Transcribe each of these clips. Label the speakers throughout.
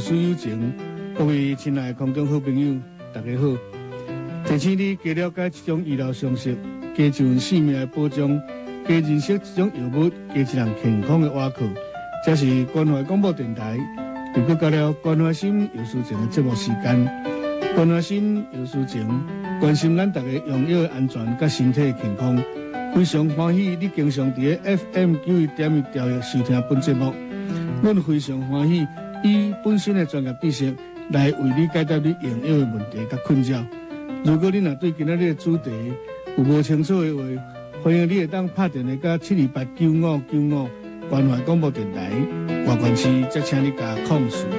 Speaker 1: 事有情，各位亲爱的空中好朋友，大家好。提醒你加了解一种医疗常识，加一份生命的保障，加认识一种药物，加一人健康的瓦靠。这是关怀广播电台。又搁到了关怀心有事情的节目时间。关怀心有事情，关心咱大家用药的安全甲身体的健康。非常欢喜你经常伫个 FM 91.1调的收听本节目。阮非常欢喜以本身的专业知识来为你解答你用药的问题甲困扰。如果你若对今仔日的主题有无清楚的话，欢迎你会当拍电话到7289595关怀广播电台，外关市则请你甲控诉。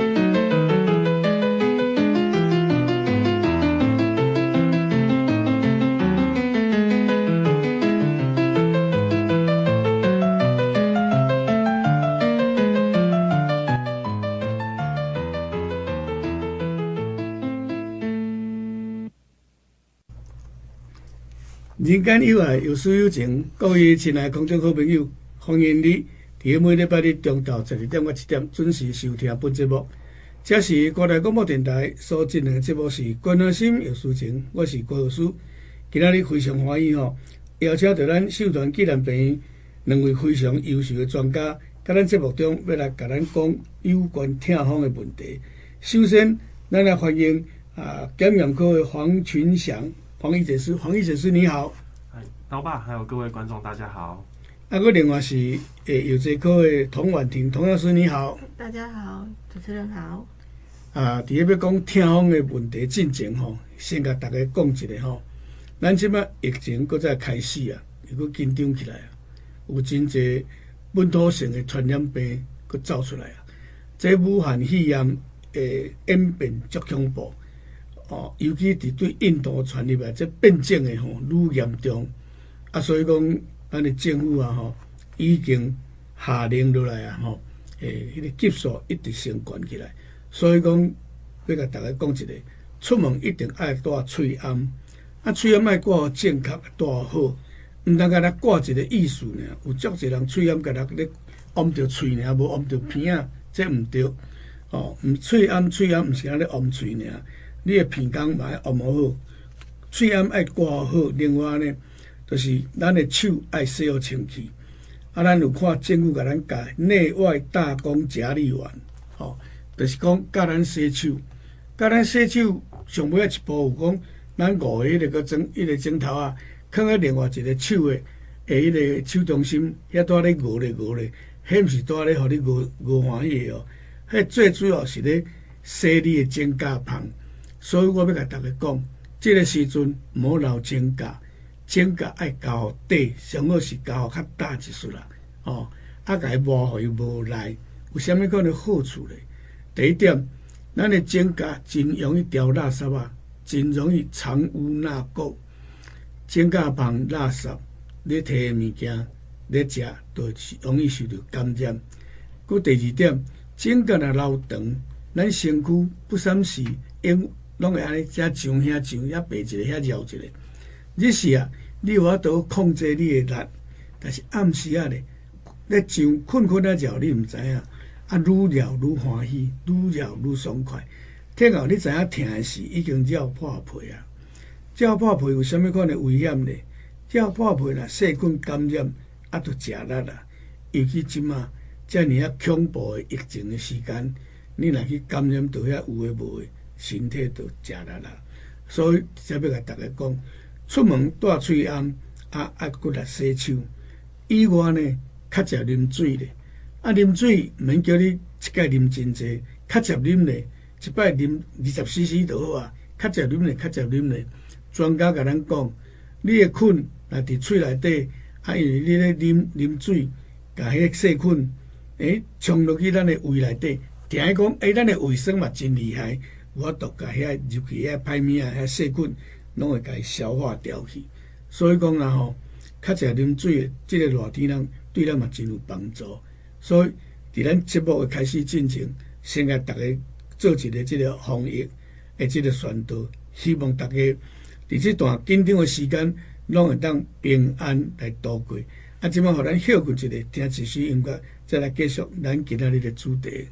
Speaker 1: 人间有爱，有事有情，各位亲爱的空中好朋友，欢迎你伫每礼拜日中昼12点到1点准时收听本节目。这是国台广播电台所进行的节目是关怀心有事情，我是郭老师。今仔日非常欢喜邀请到咱秀传暨南病两位非常优秀的专家，在咱节目中要来甲咱讲有关痛风的问题。首先，咱来欢迎检验科的黄群祥。黄医师你好。
Speaker 2: 刀爸还有各位观众大家好。
Speaker 1: 我另外是药剂科的童婉婷童药师你好。
Speaker 3: 大家好，主持人好。
Speaker 1: 伫咧要讲痛风的问题进前先甲大家讲一下咱即摆疫情搁再开始又搁紧张起来有真侪本土性的传染病搁走出来这武汉肺炎演变足恐怖。尤其伫对印度传入来，这变种的愈严重所以讲，咱的政府已经下令落来迄个级数一直升悬起来。所以讲，要甲大家讲一个，出门一定爱戴喙安，喙安爱挂正确，戴好，毋通甲咱挂一个意思呢。有足侪人喙安甲咱咧按着喙尔，无按着鼻这毋对喙安毋是安尼按喙尔。你的鼻孔嘛要按好，喙安爱挂好。另外呢，就是咱的手爱洗好清气。咱有看政府甲咱教内外大公夹力丸，就是讲教咱洗手。教咱洗手上尾一步有讲，咱5个迄个针头放喺另外一个手的迄个手中心，遐带咧熬咧，迄毋是带咧互你熬欢喜的迄最主要是咧洗你的指甲缝。所以我要甲大家讲，这个时阵唔好留指甲，指甲爱交互底，上好是交互较大一束啦。甲伊磨互伊无赖，有啥物可能好处咧？第一点，咱的指甲真容易掉垃圾真容易藏污纳垢。指甲缝垃圾，你摕的物件咧食，就容易受到感染。佮第二点，指甲若留长，咱身躯不三时拢会安尼遮上遐白一个，遐绕一个。日时你有法度控制你的力，但是暗时咧上困绕，你毋知影愈绕愈欢喜，愈绕愈爽快。听后你知影疼的是已经绕破皮绕破皮有啥物款的危险呢？绕破皮若细菌感染就食力尤其即马遮尔恐怖的疫情的时间，你若去感染到遐有诶无诶。身体就食力所以才要甲大家讲，出门戴喙安搁来洗手。以外呢，较食啉水咧。啉水毋免叫你一摆啉真济，较食啉咧，一摆啉20cc 就好较食啉咧。专家甲咱讲，你的菌若伫喙内底，因为你咧啉水，甲迄个细菌冲落去咱的胃内底，听讲咱的卫生嘛真厉害。有法度甲遐入去遐歹物遐细菌，拢会甲伊消化掉去。所以讲较食啉水的，即个热天人对咱嘛真有帮助。所以伫咱节目的开始进程，先甲大家做一个即个防疫的即个宣导，希望大家伫即段紧张的时间，拢会当平安来度过。即摆互咱休困一下，听一首音乐，再来继续咱今仔日的主题。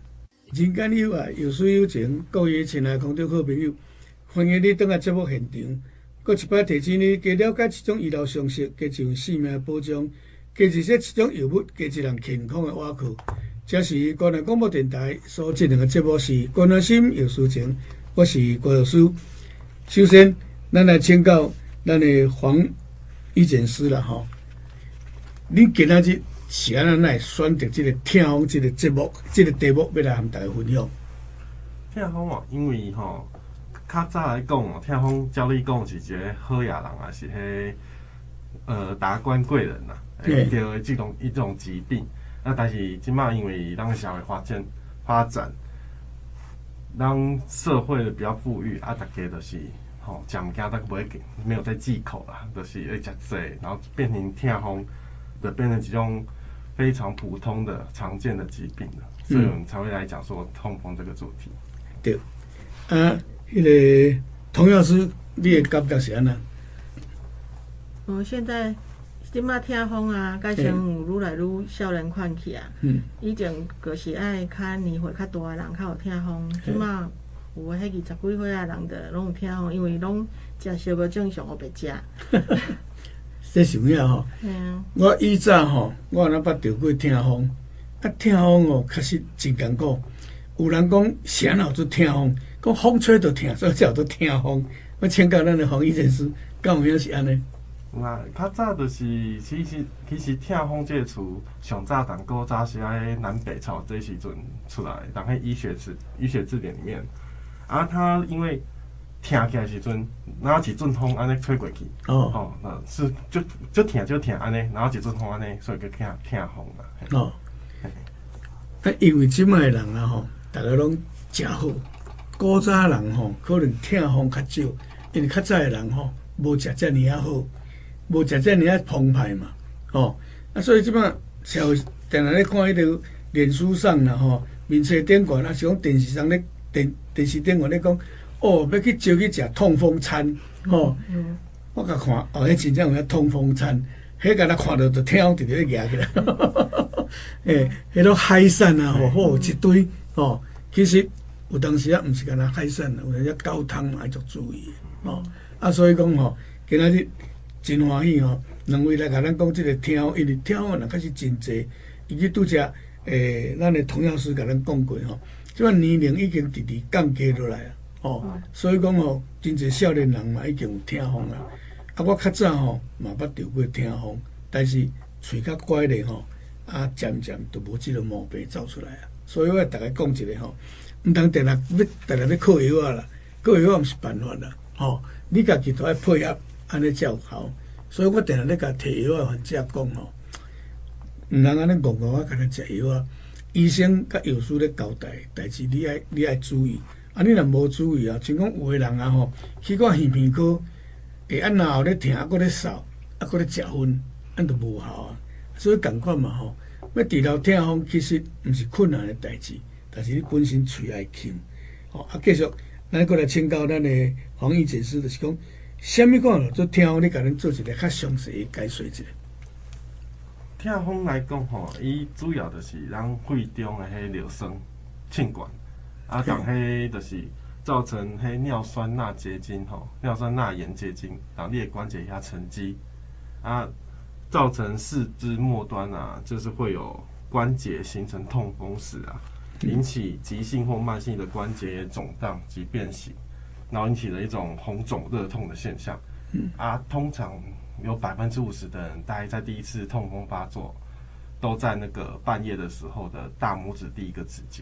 Speaker 1: 人间有爱，有水有情，各位亲爱的空中好朋友，欢迎你倒来节目现场。搁一摆提醒你，加了解一种医疗常识，加一份性命保障，加一些一种药物，加一人健康的瓦靠。这是关南广播电台所进行的节目是《关南心有事情》，我是郭老师。首先，咱来请教咱的黄医检师啦，吼。你今仔日是安怎来选择这个听风这个节目，这个题目要来和大家分享？
Speaker 2: 听风哦，因为吼，较早来讲哦，听风照你讲是一个好野人啊，是迄达官贵人呐，得一种疾病。但是即摆因为咱社会发展，咱社会比较富裕大家就是食物件都没有在忌口啦，就是会食济，然后变成听风。变成一种非常普通的、常见的疾病了，所以我们才会来讲说痛风这个主题。
Speaker 1: 对，迄个童药师，你的感觉是安怎？
Speaker 3: 现在即马听风啊，改成有愈来愈少年款去啊。以前就是爱较年岁较大的人较有听风，即马有迄20几岁的人的拢有听风，因为拢食烧无正常，我白食。
Speaker 1: 这是有影吼，我以前吼，我若捌着过听风，听风哦，确实真艰苦。有人讲谁脑做听风，讲风吹就听，所以叫做听风。我请教咱的黄医生师，敢有影是安尼？
Speaker 2: 较早就是其实听风这个词，上早古早是喺南北朝这时阵出来，当喺医学字典里面，它因为听起来时阵，然后一阵风安尼吹过去，是就听安尼，然后一阵风安尼，所以叫听风啦。
Speaker 1: 因为即摆的人啊吼，大家拢真好，古早人吼可能听风较少，因为较早的人吼无食遮尔好，无食遮尔澎湃嘛，所以即摆社会定定咧看迄个脸书上啦吼，面册顶悬，是讲电视上咧电视顶悬咧讲。要去招去食痛风餐，我甲看，迄真正有遐痛风餐，迄甲咱看到就听风直直咧夹起来，迄种海产啊，好一堆，其实有当时毋是干那海产，有阵只高汤嘛，要足注意，所以讲今仔日真欢喜两位来甲咱讲即个听风，因为听风人确实真济，以及拄则咱的童药师甲咱讲过即摆年龄已经直直降低落来啊。所以讲真侪少年人嘛已经有听风啊。我较早嘛捌着过听风，但是喙较乖咧渐渐就无即个毛病走出来啊。所以我大家讲一个毋通定要靠药啊啦，靠药毋是办法啦。你家己都要配合，安尼才有效。所以我定咧甲摕药啊患者讲毋通安尼戆戆甲咱食药啊。医生甲药师咧交代代志，你爱注意。你若无注意像讲有个人去看耳鼻科，然后咧听，搁咧扫，搁咧食薰，就无效啊。所以共款嘛要治疗听风，其实毋是困难的代志，但是你本身喙爱轻。继续，咱搁来请教咱的黄医检师，就是讲，什么款做听风，你甲咱做一个较详细的解说一下。
Speaker 2: 听风来讲伊主要就是咱肺中的迄尿酸气管。当迄就是造成迄尿酸钠结晶尿酸钠盐结晶，让你的关节遐沉积造成四肢末端就是会有关节形成痛风时引起急性或慢性的关节肿胀及变形，然后引起了一种红肿热痛的现象。通常有50%的人，大概在第一次痛风发作，都在那个半夜的时候的大拇指第一个指节。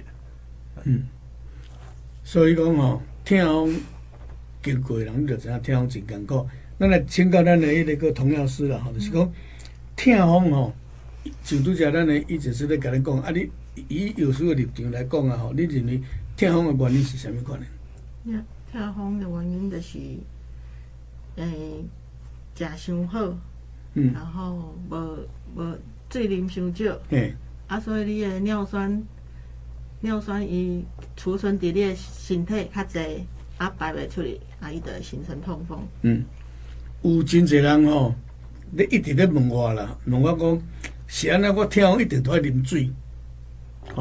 Speaker 1: 所以讲听风经过的人就知影听风真艰苦。咱来请教咱的迄个童药师啦，就是讲听风像拄则咱的医生师咧甲咱讲，你以药师的立场来讲你认为听风的原因是啥物款呢？
Speaker 3: 听风的原因就是食伤好，然后无水啉伤少，所以你的尿酸伊储存伫你的身体较济，排袂出去，伊就会形成痛风。
Speaker 1: 有真侪人你一直咧问我啦，问我讲是安那我听风一定都要啉水，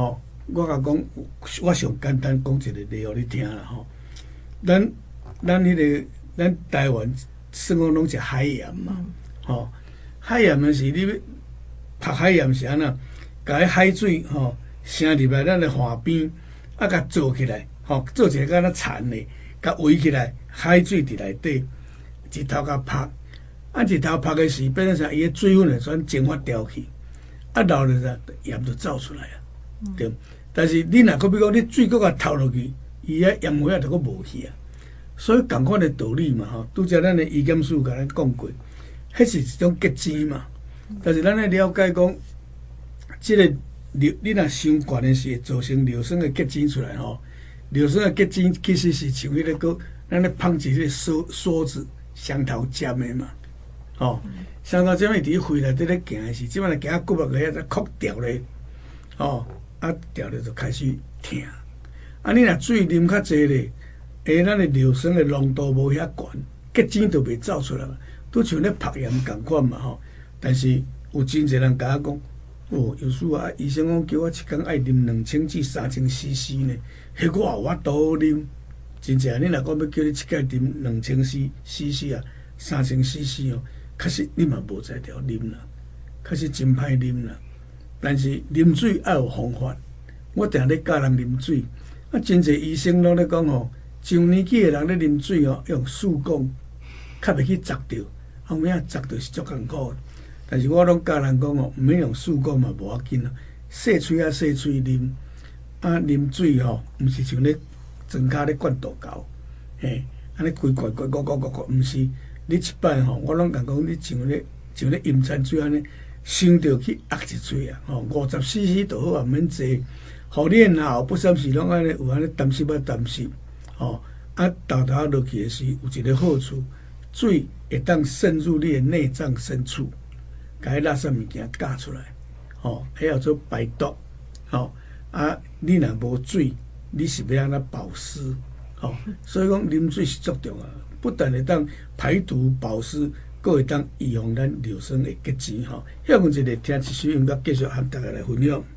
Speaker 1: 我甲讲，我上简单讲一个例互你听啦吼。咱迄个咱台湾算讲拢是海盐嘛，吼、海盐的是你要晒海盐是安怎？甲迄海水吼升入来咱的河边，啊，甲做起来，吼，做一个敢若田的，甲围起来，海水伫内底，日头甲晒，啊，日头晒的时变成啥？伊的水分会全蒸发掉去，啊，流了啥盐就走出来啊，对。但是你若比如讲，你水搁甲透落去，伊遐盐花仔就搁无去啊。所以同款的道理嘛，吼，拄则咱的医检师甲咱讲过，迄是一种结晶嘛。但是咱来了解讲，即个你若伤悬的是会造成尿酸的结晶出来吼。尿酸的结晶其实是像迄个咱咧芳一个梳子双头尖的嘛，吼，双头尖的伫肺内底咧行的时，即摆来行骨肉咧，再壳掉咧，吼，啊掉咧就开始疼。啊，你若水啉较济咧。咱的尿酸的浓度无遐悬，结晶就袂走出来，拄像咧晒盐共款嘛吼。但是有真侪人甲我讲，哦，有时啊，医生讲叫我一工爱啉2000至3000 CC 呢，迄我有法度啉。真正你若讲要叫你一摆啉2000 CC 啊，3000 CC 哦，确实你嘛无才调啉啦，确实真歹啉啦。但是啉水要有方法，我定咧教人啉水，啊，真侪医生拢咧讲吼。上年纪的人咧啉水哦，用漱管，较袂去砸着，后尾啊砸着是足艰苦的。但是我拢教人讲哦，毋免用漱管嘛无要紧啊，细喙啊细喙啉，啊啉水吼，毋是像咧装骹咧灌豆胶，嘿，安尼规罐，毋是。你一摆吼，我拢甲讲，你像咧饮餐水安尼，想着去压一喙啊，吼，50 CC 就好啊，免济。互你的脑不三时拢安尼有安尼淡湿啊淡湿。哦，啊，豆豆落去的时有一个好处，水会当渗入你的内脏深处，甲迄垃圾物件夹出来，哦，迄叫做排毒，哦，啊，你若无水，你是要安怎保湿，哦，所以讲啉水是足重要，不但会当排毒保湿，阁会当预防咱尿酸的结晶，吼。休困一下，听一首音乐，继续和大家来分享。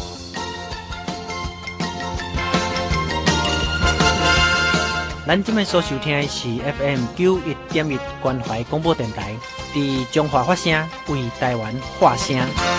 Speaker 4: 咱即摆所收听的是 FM 91.1关怀广播电台，伫中华发声，为台湾发声。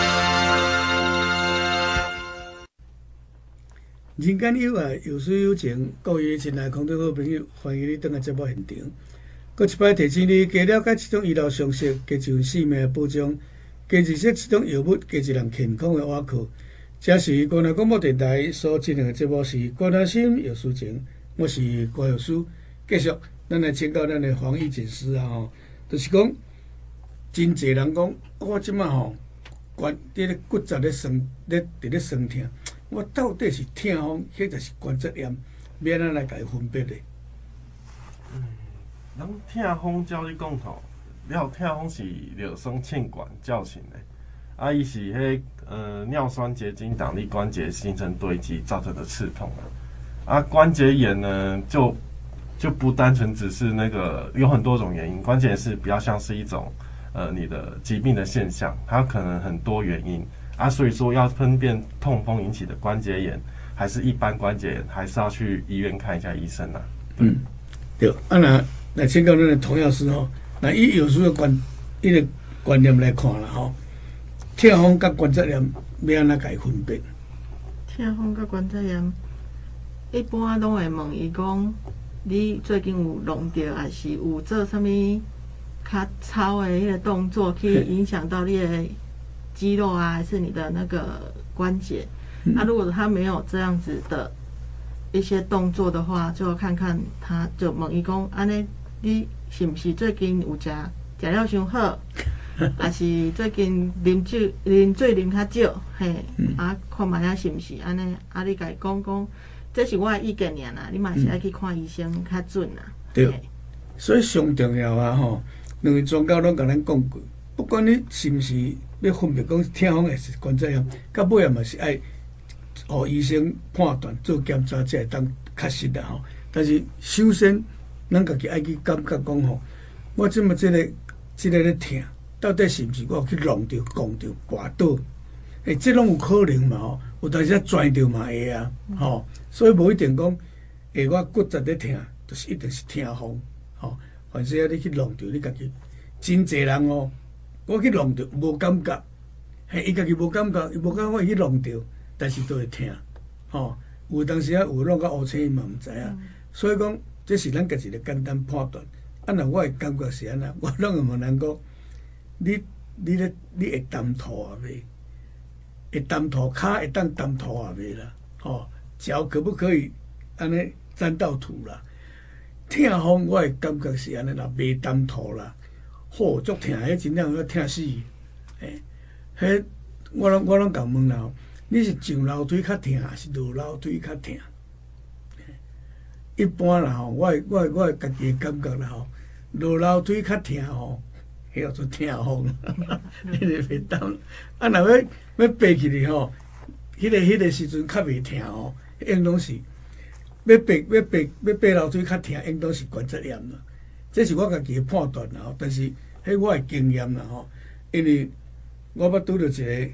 Speaker 1: 人间有爱，有水有情，各位亲爱空中好朋友，欢迎你登来节目现场。搁一摆提醒你，加了解一种医疗常识，加一份生命的保障，加认识一种药物，加一人健康的依靠。这是关怀广播电台所进行的节目是关怀心有事情。我是郭药师，继续，咱来请教咱的黄义锦师啊吼，就是讲，真侪人讲，我即马吼，关伫咧骨质咧酸，伫咧酸痛，我到底是痛风，迄就是关节炎，要安怎来甲伊分别咧？
Speaker 2: 人痛风照你讲吼，了痛风是尿酸欠管造成的，啊，伊是尿酸结晶挡力关节形成堆积造成的刺痛啊，关节炎呢，就不单纯只是那个，有很多种原因。关节炎是比较像是一种你的疾病的现象，它可能很多原因啊，所以说要分辨痛风引起的关节炎，还是一般关节炎，还是要去医院看一下医生啊。
Speaker 1: 对。啊，那请教咱的童药师吼，那以有时的观念来看啦吼，痛风甲关节炎要安怎甲伊分辨？
Speaker 3: 痛风甲关节炎。一般拢会问伊讲，你最近有弄着，还是有做啥物较操的迄个动作，去影响到你的肌肉啊，还是你的那个关节？啊，如果他没有这样子的一些动作的话，就要看看他，就问伊讲，安尼你是不是最近有食了伤好，还是最近啉水啉较少？嘿，啊，看卖啊是毋是安尼？啊，你甲伊讲。这是我的意见尔啦，你嘛是爱去看医生较准啦。
Speaker 1: 对，所以上重要啊吼，两位专家拢甲咱讲过，不管你是毋是要分别讲痛风还是关节炎，到尾也嘛是爱，互医生判断做检查才会当确实啦吼。但是首先，咱家己爱去感觉讲吼，我即个咧痛，到底是毋是我有去弄着、讲着、刮倒？ 这拢有可能嘛吼，有当时钻着嘛会啊，吼，所以无一定讲，我骨折咧疼，就是一定是疼风，吼。凡是你去弄着你家己，真侪人哦，我去弄着无感觉，伊家己无感觉，伊无感觉伊去弄着，但是都会疼，吼。有当时有弄到乌青伊嘛毋知影，所以讲这是咱家己咧简单判断。若我的感觉是安那，我拢会问人讲，你会担土啊未？会担土骹会当担土啊未啦？吼，脚可不可以安尼沾到土啦？疼风我的感觉是安尼啦，袂担土啦，吼足疼，迄真正要疼死。迄我拢共问啦，你是上楼梯较疼，还是落楼梯较疼？一般啦吼，我家己的感觉啦吼，落楼梯较疼吼，迄叫做疼风，迄个袂担。若要爬起哩吼，迄个时阵较袂疼吼，应当是要爬楼梯较疼，应当是关节炎啦。这是我家己的判断啦吼，但是迄我的经验啦吼，因为我捌拄着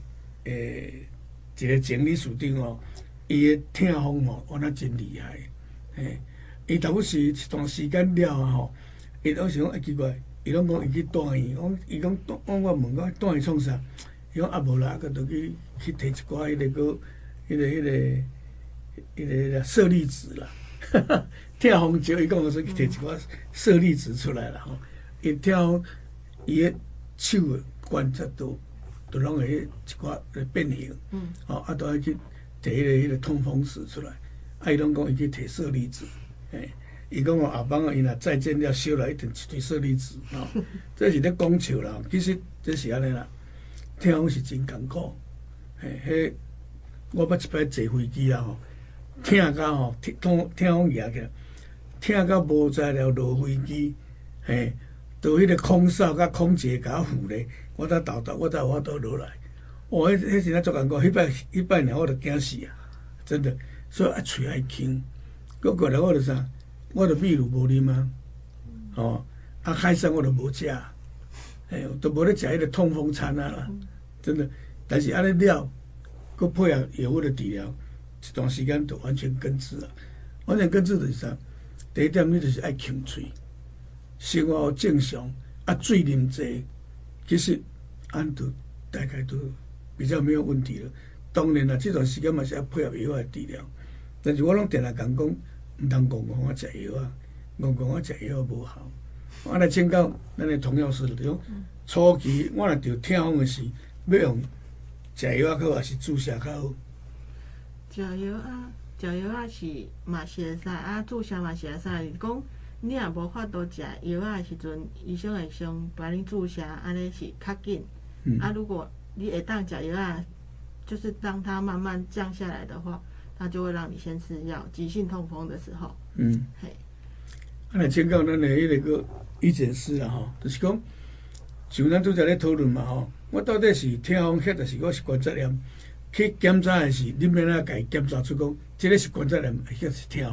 Speaker 1: 一个整理师长吼，伊的疼风吼，哇那真厉害，伊头不是一段时间了啊吼，伊拢是讲奇怪，伊拢讲伊去住院，伊讲我问讲住院创啥？伊讲啊无啦，佮就去摕一寡迄个舍利子啦，疼风石，伊讲我说去摕一寡舍利子出来啦吼，伊疼风伊个手的关节都拢会一寡变形，都要去摕迄个通风石出来，伊拢讲伊去摕舍利子。伊讲后帮伊若再见了烧了一定一堆舍利子，这是咧讲笑啦。其实这是安尼啦，疼风是真艰苦。迄我捌一摆坐飞机啊吼，疼甲吼，疼风压起来，疼甲无在了落飞机，到迄个空少甲空姐甲扶咧，我才倒，我才有法度落来。迄真正足艰苦，迄摆尔我就惊死啊！真的，所以喙爱轻。搁过来我就啥，我就秘鲁无啉啊，海参我就无食，都无咧食迄个痛风餐啊啦，真的。但是安尼了，搁配合药物的治疗，一段时间就完全根治了。完全根治就是啥？第一点，你就是爱清喙，生活正常，水啉济，其实按都大概都比较没有问题了。当然啦，这段时间嘛是要配合药的治疗。但是我拢定来讲，毋通戆啊食药啊，戆啊食药无效。我来请教咱的童药师就讲，初期我若着疼风的时，要用食药好，还是注射较好？
Speaker 3: 食药是嘛是会使，注射嘛是会使。讲你若无法度食药的时阵，医生会先帮你注射，安尼是较紧。如果你会当食药就是让它慢慢降下来的话。他就会让你先吃药，急性痛风的时候。
Speaker 1: 来请教咱的迄个医检师啦吼，就是讲，像咱拄则咧讨论嘛吼，我到底是疼风，或者是我是关节炎，去检查的是，你免哪甲伊检查出讲，这个是关节炎，或是疼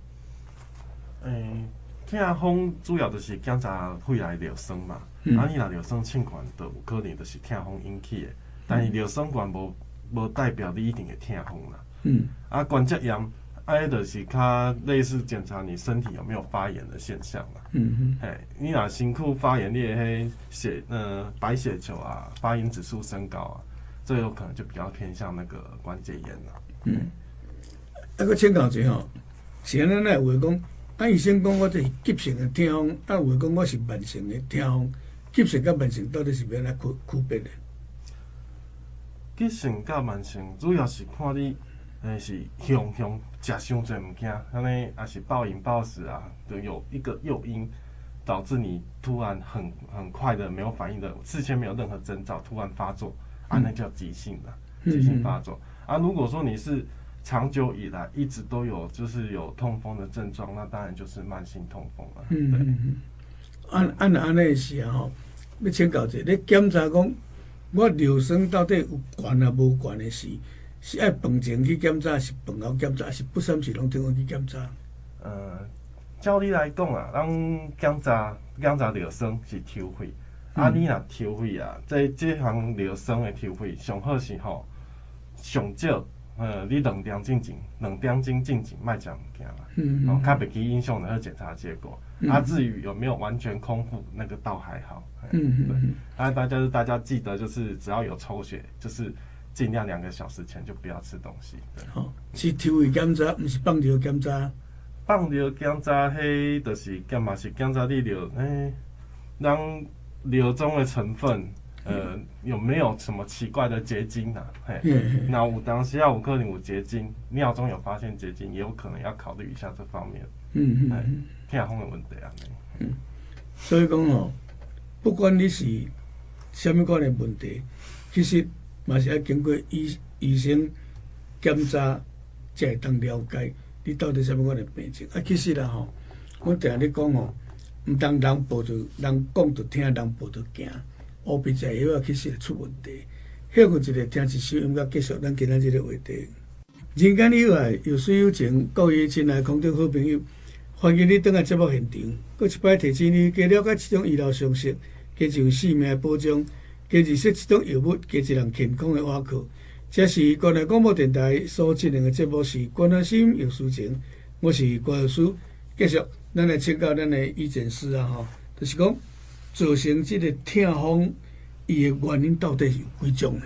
Speaker 1: 风？
Speaker 2: 疼风主要就是检查肺内尿酸嘛，你若尿酸称悬，就有可能就是疼风引起的。但是尿酸悬无代表你一定会疼风啦。关节炎，就是较类似检查你身体有没有发炎的现象啦。你若身躯发炎，你的白血球啊、发炎指数升高啊，这有可能就比较偏向那个关节炎啦。
Speaker 1: 搁请教一下吼，是安尼有话讲，医生讲我这是急性的疼风，有话讲我是慢性的疼风，急性甲慢性到底是要哪区别的？
Speaker 2: 急性甲慢性主要是看你。是凶食伤侪物件，安尼也是暴饮暴食啊，就有一个诱因导致你突然很快的没有反应的，事先没有任何征兆，突然发作，那叫急性的急性发作。如果说你是长久以来一直都有就是有痛风的症状，那当然就是慢性痛风了。
Speaker 1: 安尼是吼，要请教者，你检查讲我尿酸到底有悬啊无悬的时？是爱饭前去检查，是饭后检查，还是不三时拢中午去检查？
Speaker 2: 照理来讲啊，咱检查尿酸是抽血，你若抽血啊，这项尿酸的抽血上好是吼， 上少，你2点进前，2点钟进前卖讲物件啦。较袂记影响的检查结果。至于有没有完全空腹，那个倒还好。对。大家记得，就是只要有抽血，就是尽量2个小时前就不要吃东西。对。
Speaker 1: 是体位检查，不是放尿检查。
Speaker 2: 放尿检查，迄就是嘛是检查你尿，咱尿中的成分，有没有什么奇怪的结晶啊？那有当时有可能有结晶，尿中有发现结晶，也有可能要考虑一下这方面。痛风的问题啊。
Speaker 1: 所以讲不管你是什么款的问题，其实嘛是要经过医生检查，才会当了解你到底什么款的病情。其实啦我定咧讲唔当人报着人讲着听，人报着行。乌鼻子药其实会出问题。休困一下，听一首音乐，继续咱今仔日的话题。人间有爱，有水有情，各位亲爱空中好朋友，欢迎你倒来节目现场。搁一摆提醒你，加了解这种医疗常识，加上性命的保障，加认识这种药物，加一人健康的瓦靠。这是关爱广播电台所进行的节目是关爱心有事情，我是关药师。继续，咱来请教咱的医诊师就是讲造成这个痛风，伊的原因到底是有几种呢？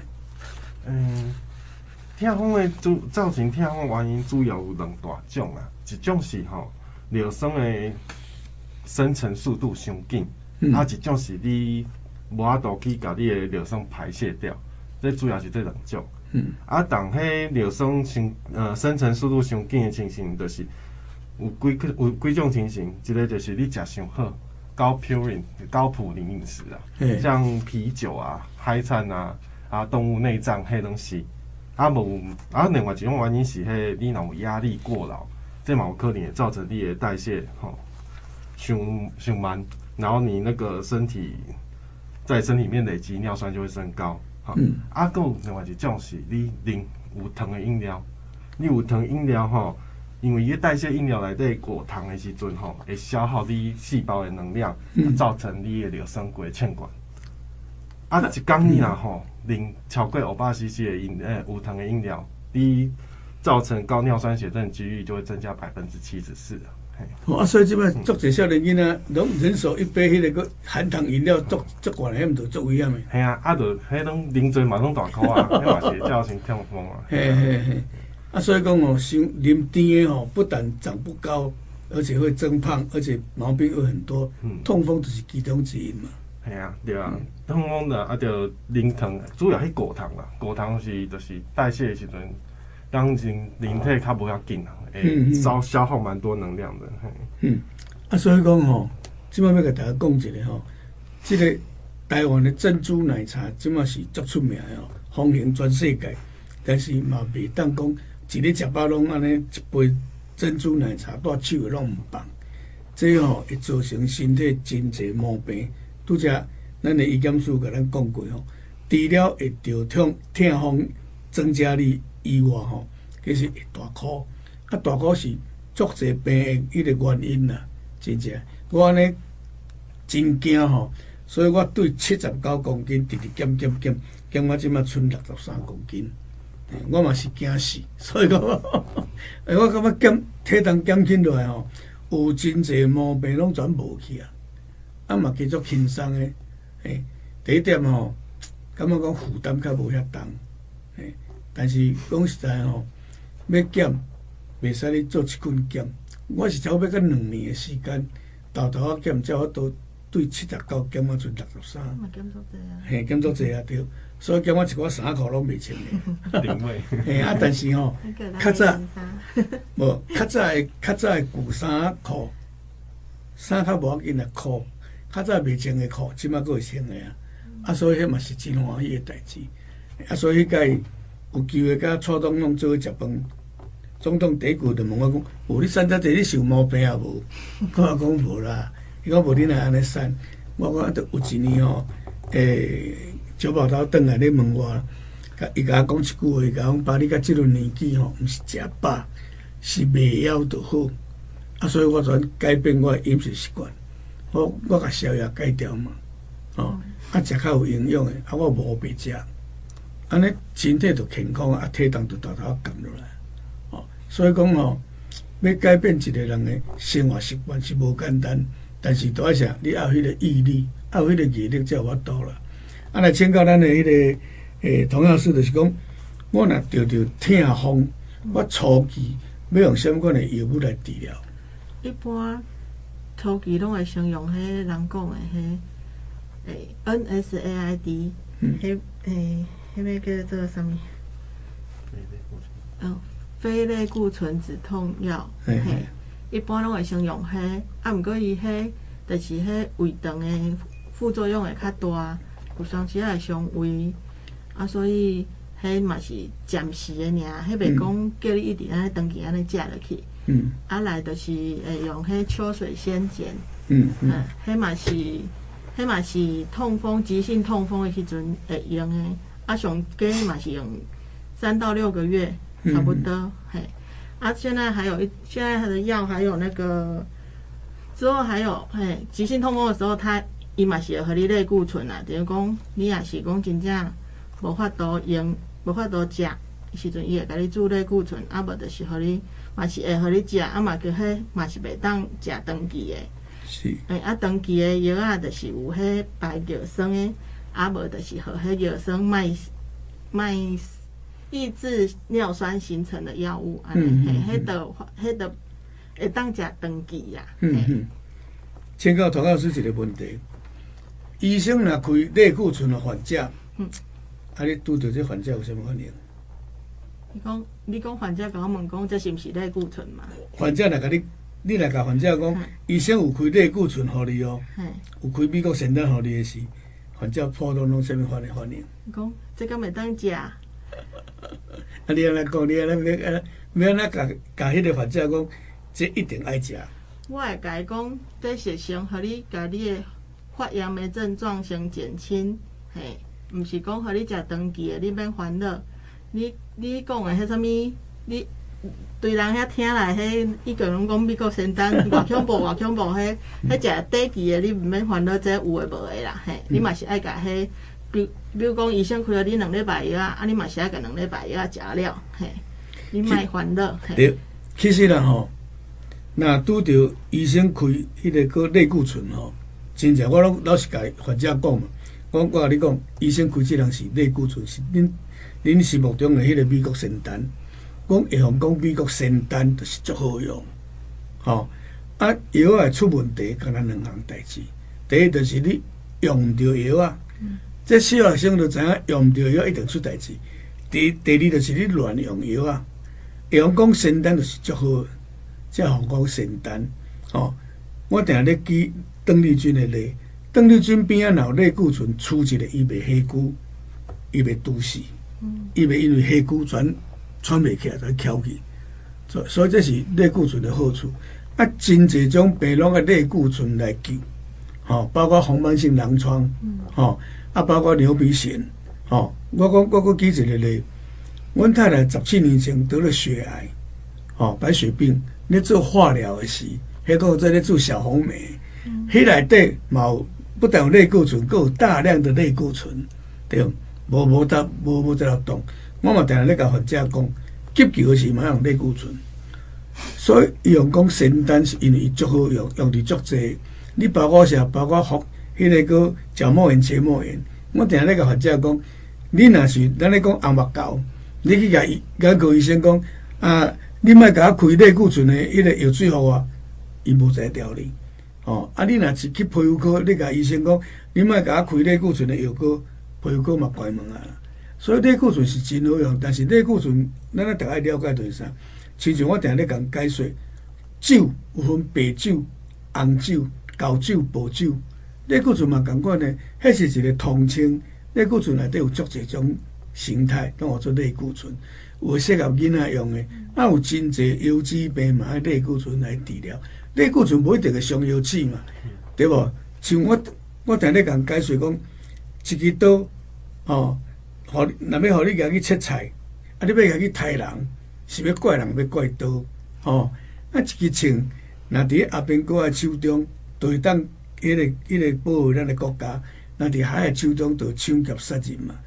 Speaker 2: 痛风的造成痛风原因主要有2大种啊，一种是尿酸的生成速度伤紧，一种是你无法度去把你的尿酸排泄掉，这主要是这2种。当迄尿酸生成速度伤紧的情形，就是有几种情形，一个就是你食伤好，高普林饮食啊，像啤酒啊、海产啊、动物内脏迄东西。另外一种原因是你若有压力过劳，这嘛有可能会造成你的代谢伤慢，然后你那个身体在身体里面累积尿酸就会升高。还有另外一种是你啉有糖的饮料，你有糖饮料因为伊代谢饮料内底果糖的时阵会消耗你细胞的能量，造成你的尿酸过欠管。一天你若啉超过500cc 的无糖的饮料，你造成高尿酸血症的几率就会增加74%啊。
Speaker 1: 所以即摆足侪少年囡仔拢人手一杯迄个含糖饮料，足悬的，迄毋着足危险的。
Speaker 2: 系啊，就迄种啉醉嘛拢大箍啊，迄嘛是会造成痛风啊。
Speaker 1: 所以讲伤啉甜的不但长不高，而且会增胖，而且毛病有很多。痛风就是其中之一嘛。
Speaker 2: 系啊，对啊，痛风的就啉糖，主要迄果糖啦，果糖就是代谢的时阵。当人体较无遐紧会消耗蛮多能量的。
Speaker 1: 所以讲即摆要甲大家讲一下即个台湾的珍珠奶茶，即摆是足出名的风行全世界。但是嘛，袂当讲一日食饱拢安尼一杯珍珠奶茶带手的拢毋放，这会造成身体真侪毛病。拄则咱的医检师甲咱讲过除了会着痛风增加你以外其实会大箍，大箍是足侪病的迄个原因啦，真正。我安尼真惊所以我对79公斤直减我即马剩63公斤，我嘛是惊死，所以讲我感觉体重减轻落来有真侪毛病拢全无去啊，嘛继续轻松的。第一点感觉讲负担较无遐重。但是讲实在要减，袂使你做一棍减。我是差不多要到2年的时间，豆豆减，才我都对79减我剩63。
Speaker 3: 减足济啊！
Speaker 1: 减足济啊，对。所以减我一寡衫裤拢袂穿
Speaker 2: 的。定位。
Speaker 1: 但是较早无较早的旧衫裤，衫较无要紧裤，较早袂穿的裤，即摆佫会穿的所以迄嘛是真欢喜的代志。所以迄届有机会甲蔡总统做伙食饭，总统第一句就问我讲：无你瘦遮济，你是有毛病啊无？我讲无啦，伊讲无你若安尼瘦，我讲有一年招报头转来咧问我，伊甲我讲一句话，伊甲讲：爸，你甲即轮年纪毋是食饱，是袂枵就好。所以我全改变我的饮食习惯，我甲宵夜改掉嘛，食较有营养的，我无白食。 安尼身体就健康啊，体重就大大降落来。哦，所以讲吼，要改变一个人的生活习惯是无简单，但是多少你要有迄个毅力，要有迄个毅力才有法度啦。啊，来请教咱的迄个童药师，就是讲，我若着痛风，我初期要用什么款的药物来治疗？
Speaker 3: 一般初期拢会先用迄人讲的NSAID，迄个叫做啥物？非类固醇止痛药。嘿，一般拢会先用迄，啊，毋过伊迄就是迄胃肠的副作用会较大，有当时会伤胃，啊，所以迄嘛是暂时的尔，迄袂讲叫你一直安尼长期安尼食落去。啊来就是会用迄秋水仙碱。迄嘛是痛风急性痛风的时阵会用的，啊上加嘛是用3到6个月差不多。嘿，啊现在它的药还有那个之后还有急性痛风的时候，伊嘛是会互你类固醇啦，就是讲你也是讲真正无法度用、无法度食时阵，伊会甲你注类固醇，啊无就是互你嘛是会互你食，啊嘛叫迄嘛是袂当食长期的。
Speaker 1: 是。
Speaker 3: 啊长期的药啊，就是有迄白药酸的，啊无就是互迄药酸卖抑制尿酸形成的药物，安尼迄个会当食长期呀。
Speaker 1: 请教童老师一个问题：医生若开类固醇的患者，啊，你拄到这患者有什么反应？
Speaker 3: 你讲患者甲我问讲，这是毋是类固醇嘛？
Speaker 1: 患者若甲你若甲患者讲，医生有开类固醇互你哦，有开美国仙丹互你的时，患者普通拢什么反应？
Speaker 3: 讲这敢袂当食？
Speaker 1: 啊，你安尼讲，你安尼要安怎甲迄个患者讲，这一定爱食？
Speaker 3: 我会甲伊讲，这是先互你甲你的发炎的症状先减轻，嘿，毋是讲互你食长期的，你免烦恼。你讲的迄啥物？你对人遐听来，迄伊个拢讲美国仙丹偌恐怖，迄食短期的，你毋免烦恼，这有诶无诶啦，嘿，你嘛是爱甲迄。比如讲，医生开了你2礼拜药啊，你嘛是爱甲2礼拜药食了，嘿，你莫烦恼。
Speaker 1: 对，其实啦吼，若拄着医生开迄个类固醇吼，真正我拢老是甲患者讲嘛，我甲你讲，医生开这人是类固醇，是恁心目中的迄个美国仙丹，讲会用讲美国仙丹就是足好用，吼啊药啊出问题，敢若2项代志，第一就是你用唔着药啊。这小学生就知影用唔着药一定出代志。第二就是你乱用药啊，会用讲仙丹就是足好，才好讲仙丹。我定咧记邓丽君的例，邓丽君边仔若有类固醇，出一个伊袂下久，伊袂毒死，伊袂因为下久喘袂起来才翘去。所以这是类固醇的好处。啊，真侪种病拢个类固醇来救，包括红斑性狼疮，啊，包括牛皮癣，我讲举一个例，阮太太17年前得了血癌，白血病，咧做化疗的时，迄个在咧做小红莓，迄内底嘛有不但有类固醇，佫有大量的类固醇，对，无在那动。我嘛定定咧甲患者讲，急救的时嘛用类固醇，所以伊用讲仙丹是因为伊足好用，用伫足济。你包括服迄个个角膜炎、结膜炎，我定咧甲患者讲，你若是咱咧讲红目膏，你去甲医生讲啊，你莫甲我开类固醇的迄个药水互我，伊无在调理。啊，你若是去皮肤科，你甲医生讲，你莫甲我开类固醇的药膏，皮肤科嘛关门啊。所以类固醇是真好用，但是类固醇咱咧大概了解就是啥，亲像我定咧甲解说，酒有分白酒、红酒、高酒、薄酒。类固醇嘛同款呢，迄是一个统称。类固醇内底有足侪种形态，拢叫做类固醇。有适合囡仔用的，啊有真侪腰子病嘛，类固醇来治疗。类固醇无一定会伤腰子嘛，对无？像我定咧共解说讲，一支刀，若要互你家去切菜，啊，你要家去杀人，是要怪人要怪刀，啊一支枪，若伫阿兵哥的手中，就会当。迄个保护咱的国家，咱伫海的手中就抢劫杀人嘛。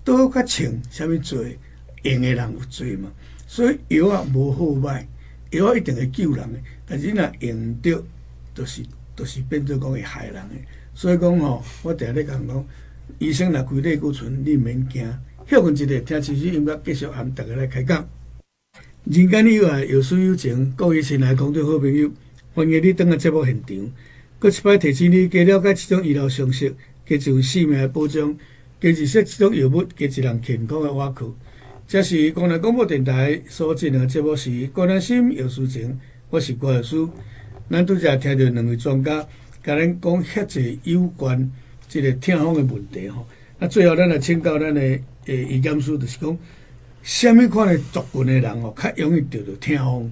Speaker 1: 倒较穿啥物做，用的人有做嘛，所以药啊无好歹，药啊一定会救人的，但是你若用唔着，就是变做讲会害人的。所以讲吼，我定咧讲讲，医生若开类固醇，你毋免惊。休困一下，听持续音乐，继续含大家来开讲。人间以外，有书有情，各位亲爱的观众好朋友，欢迎你登来节目现场。搁一摆提醒你，加了解这种医疗常识，加一份生命的保障，加认识这种药物，加一人健康的瓦库。这是公南广播电台所进行的节目是《关南心有事情》，我是郭药师。咱拄则听到两位专家，甲咱讲遐济有关这个痛风的问题吼。那最后咱来请教咱的医检师，就是讲，什么款的族群的人吼，较容易得到痛风？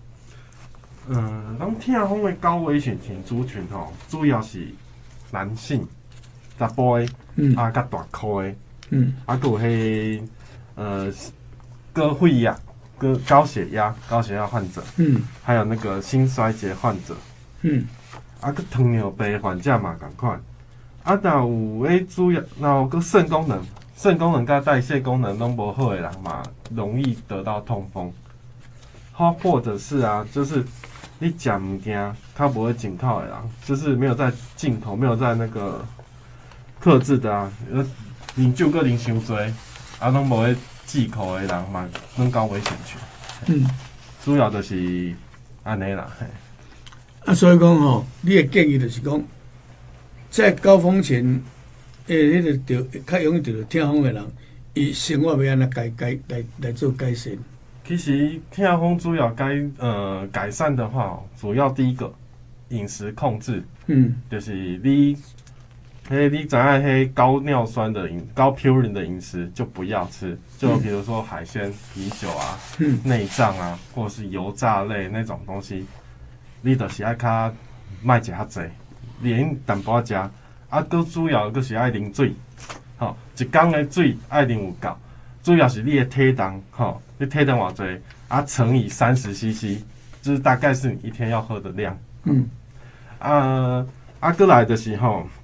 Speaker 2: 咱痛风的高危险群族群吼，主要是男性、查甫的，甲大块的，还有迄高血压、高血压患者，还有那个心衰竭患者，个糖尿病患者嘛同款。若有主要，若有个肾功能甲代谢功能拢无好的人嘛，容易得到痛风。或者是就是你食物件较无会进口的人，就是没有在进口，没有在那个克制的啉酒个啉伤多，拢无会忌口的人嘛，拢高危险群。主要就是安尼啦。
Speaker 1: 所以讲吼，你的建议就是讲，在高风险迄个较容易得到痛风的人，伊生活要安怎来做改善？
Speaker 2: 其实痛风主要改善的话，主要第一个饮食控制，就是你知影迄高尿酸的高 purine 的饮食就不要吃，就比如说海鲜、啤酒内脏或者是油炸类那种东西，你就是爱较莫食遐济，连淡薄仔食，搁主要搁是爱啉水，一天的水爱啉有够，主要是你的体重，你体重偌济乘以30 cc， 就是大概是你一天要喝的量。搁来就是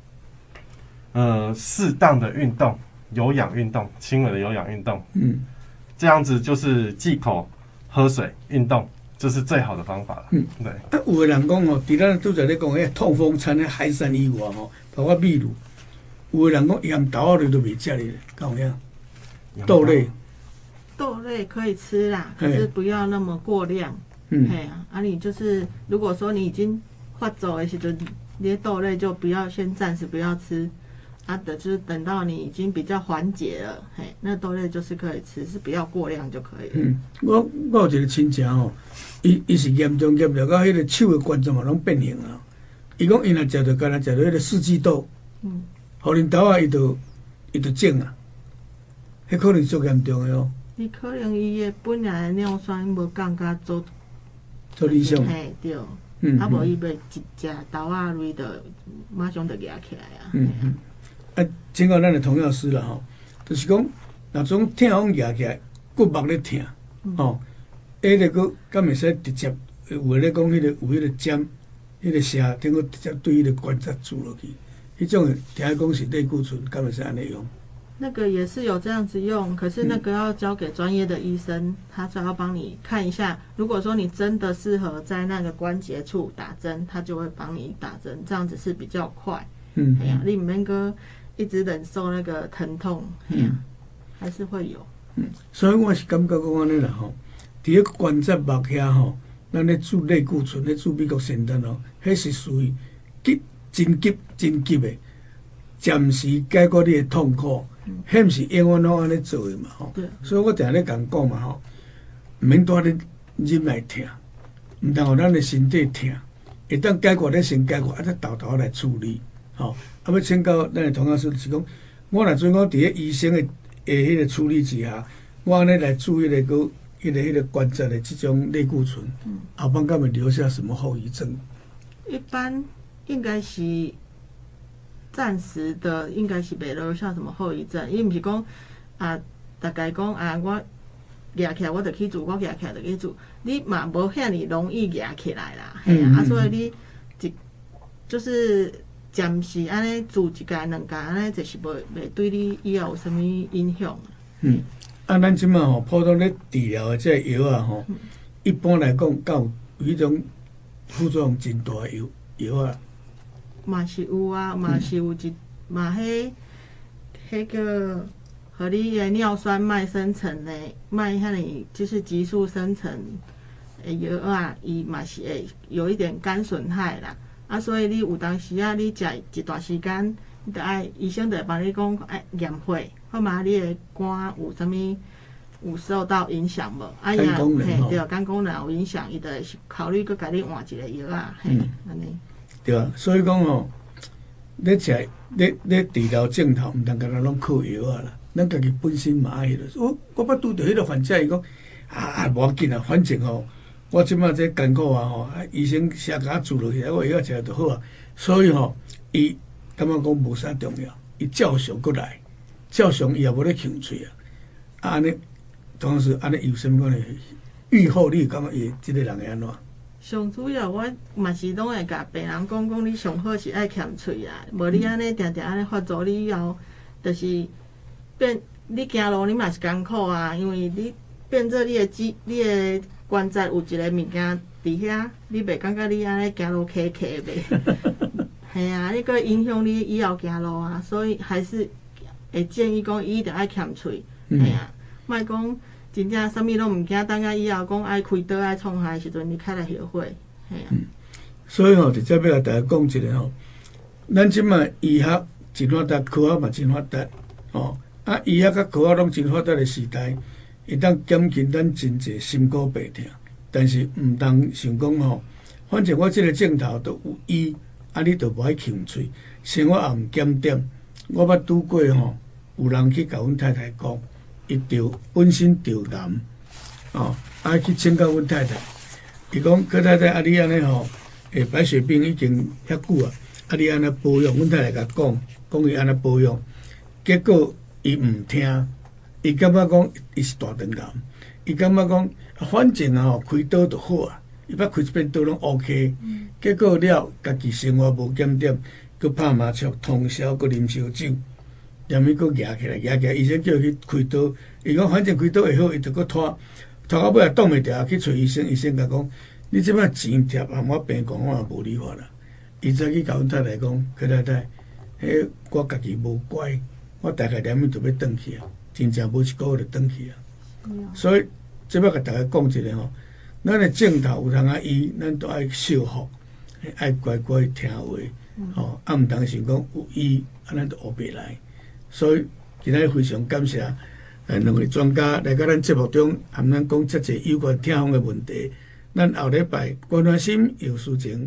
Speaker 2: 适当的运动，有氧运动，轻微的有氧运动，这样子就是忌口、喝水、运动，这是最好的方法了。对。
Speaker 1: 有的人讲除咱拄则咧讲迄痛风餐的海产以外包括秘鲁，有的人讲盐豆类都袂食咧，敢有影？豆类
Speaker 3: 可以吃啦，可是不要那么过量。你就是如果说你已经发作的时阵，那些豆类就不要暂时不要吃，就是等到你已经比较缓解了，那豆类就是可以吃，是不要过量就可以了。
Speaker 1: 我有一个亲戚伊是严重到迄个手的关节嘛拢变形啊。伊讲伊若食到迄个四季豆，互恁兜伊就种啊，迄可能足严重的哦。
Speaker 3: 你可能伊的本来的尿酸无降甲做
Speaker 1: 理想。
Speaker 3: 对。无伊要一只豆类就马上就压起来
Speaker 1: 请教咱的童药师啦就是讲，若种痛风压起来，骨膜咧痛，迄个佫敢会使直接有诶咧讲，有迄个针，迄个射，等佫直接对迄个关节注落去，迄种听讲是类固醇，敢会使安尼用？
Speaker 3: 那个也是有这样子用，可是那个要交给专业的医生，他才要帮你看一下。如果说你真的适合在那个关节处打针，他就会帮你打针，这样子是比较快。你免个一直忍受那个疼痛，还是会有。
Speaker 1: 所以我是感觉讲安尼啦伫个关节膜遐咱咧注类固醇，咧注美国仙丹迄是属于真急的，暂时解决你的痛苦。迄毋是永远拢安尼做的嘛所以我定咧讲嘛毋免多咧忍来疼，毋通互咱的身体疼，会当解决咧先解决，再豆来处理要请教咱的童老师是讲，我若准讲伫个医生的迄个处理之下，我安尼来注意迄个关节的这种类固醇，后帮敢会留下什么后遗症？
Speaker 3: 一般应该是。暂时的应该是袂留下什么后遗症，伊毋是讲大概讲我压起来我就去做，我压起来就去做，你嘛无遐尼容易压起来啦，所以你就是暂时安尼住一家两家安尼，就是袂对你以后有啥物影响。
Speaker 1: 咱即马普通咧治疗的这药啊一般来讲，有迄种副作用真大的药啊。
Speaker 3: 嘛是有啊，嘛是有嘛迄个，互你的尿酸脉生成的脉遐尼，就是急速生成的药啊，伊嘛是会有一点肝损害啦。所以你有当时啊，你食一段时间，你得爱医生就会帮你讲爱验血，看嘛你的肝有啥物有受到影响无？
Speaker 1: 肝功能
Speaker 3: 对，肝功能有影响，伊就会考虑佮你换一个药啊，安尼。
Speaker 1: 对啊，所以讲咧食咧治疗症头，毋通干那拢靠药啊啦。咱家己本身嘛爱迄个。我捌拄着迄个患者，伊讲无要紧啊，反正我即马这艰苦啊医生写甲我注落去，我药食就好啊。所以伊感觉讲无啥重要，伊照常过来，照常伊也无咧呛喙啊。安尼，当时安尼有啥物款的预后？你感觉伊即个人会安怎？
Speaker 3: 上主要我嘛是拢会甲病人讲，你上好是爱欠喙啊，无你安尼定定安尼发作，你以后就是变你行路你嘛是艰苦啊，因为你变做你的关节有一个物件伫遐，你袂感觉你安尼行路磕磕袂？系啊，你个影响你以后行路啊，所以还是会建议讲伊一定爱欠喙，系啊，莫讲真正啥物拢毋惊，等下以后讲爱开刀爱创啥的时阵，你开来后悔，系啊。
Speaker 1: 所以直接要甲大家讲一个咱即卖医学真发达，科学嘛真发达，医学甲科学拢真发达的时代。会当减轻咱真济心骨病痛，但是毋通想讲反正我即个症头都有医，你就无爱呛喙，生活也毋检点。我捌拄过有人去甲阮太太讲，伊本身着癌，去请教阮太太，伊讲柯太太你安尼白血病已经遐久啊，你安尼保养，阮太太甲讲伊安尼保养，结果伊毋听。伊感觉讲伊是大肠癌，伊感觉讲反正开刀就好啊，伊捌开一遍刀拢 OK，结果了家己生活无检点，佮拍麻将、通宵，佮啉烧酒，连伊佮举起来，医生叫伊去开刀，伊讲反正开刀会好，伊就佮拖到尾也挡袂牢，去找医生，医生甲讲，你即摆钱贴啊，我病讲我也无理法啦。伊再去甲阮太太讲，柯太太，迄我家己无乖，我大概2暝就要转去啊。真正无1个月就转去啊！所以即摆甲大家讲一个咱的症头有通医，咱都爱修复，爱乖乖听话，毋通想讲有医，咱就学袂来。所以今日非常感谢两位专家来到咱节目中，含咱讲遮济有关痛风的问题。咱后礼拜关心有事情。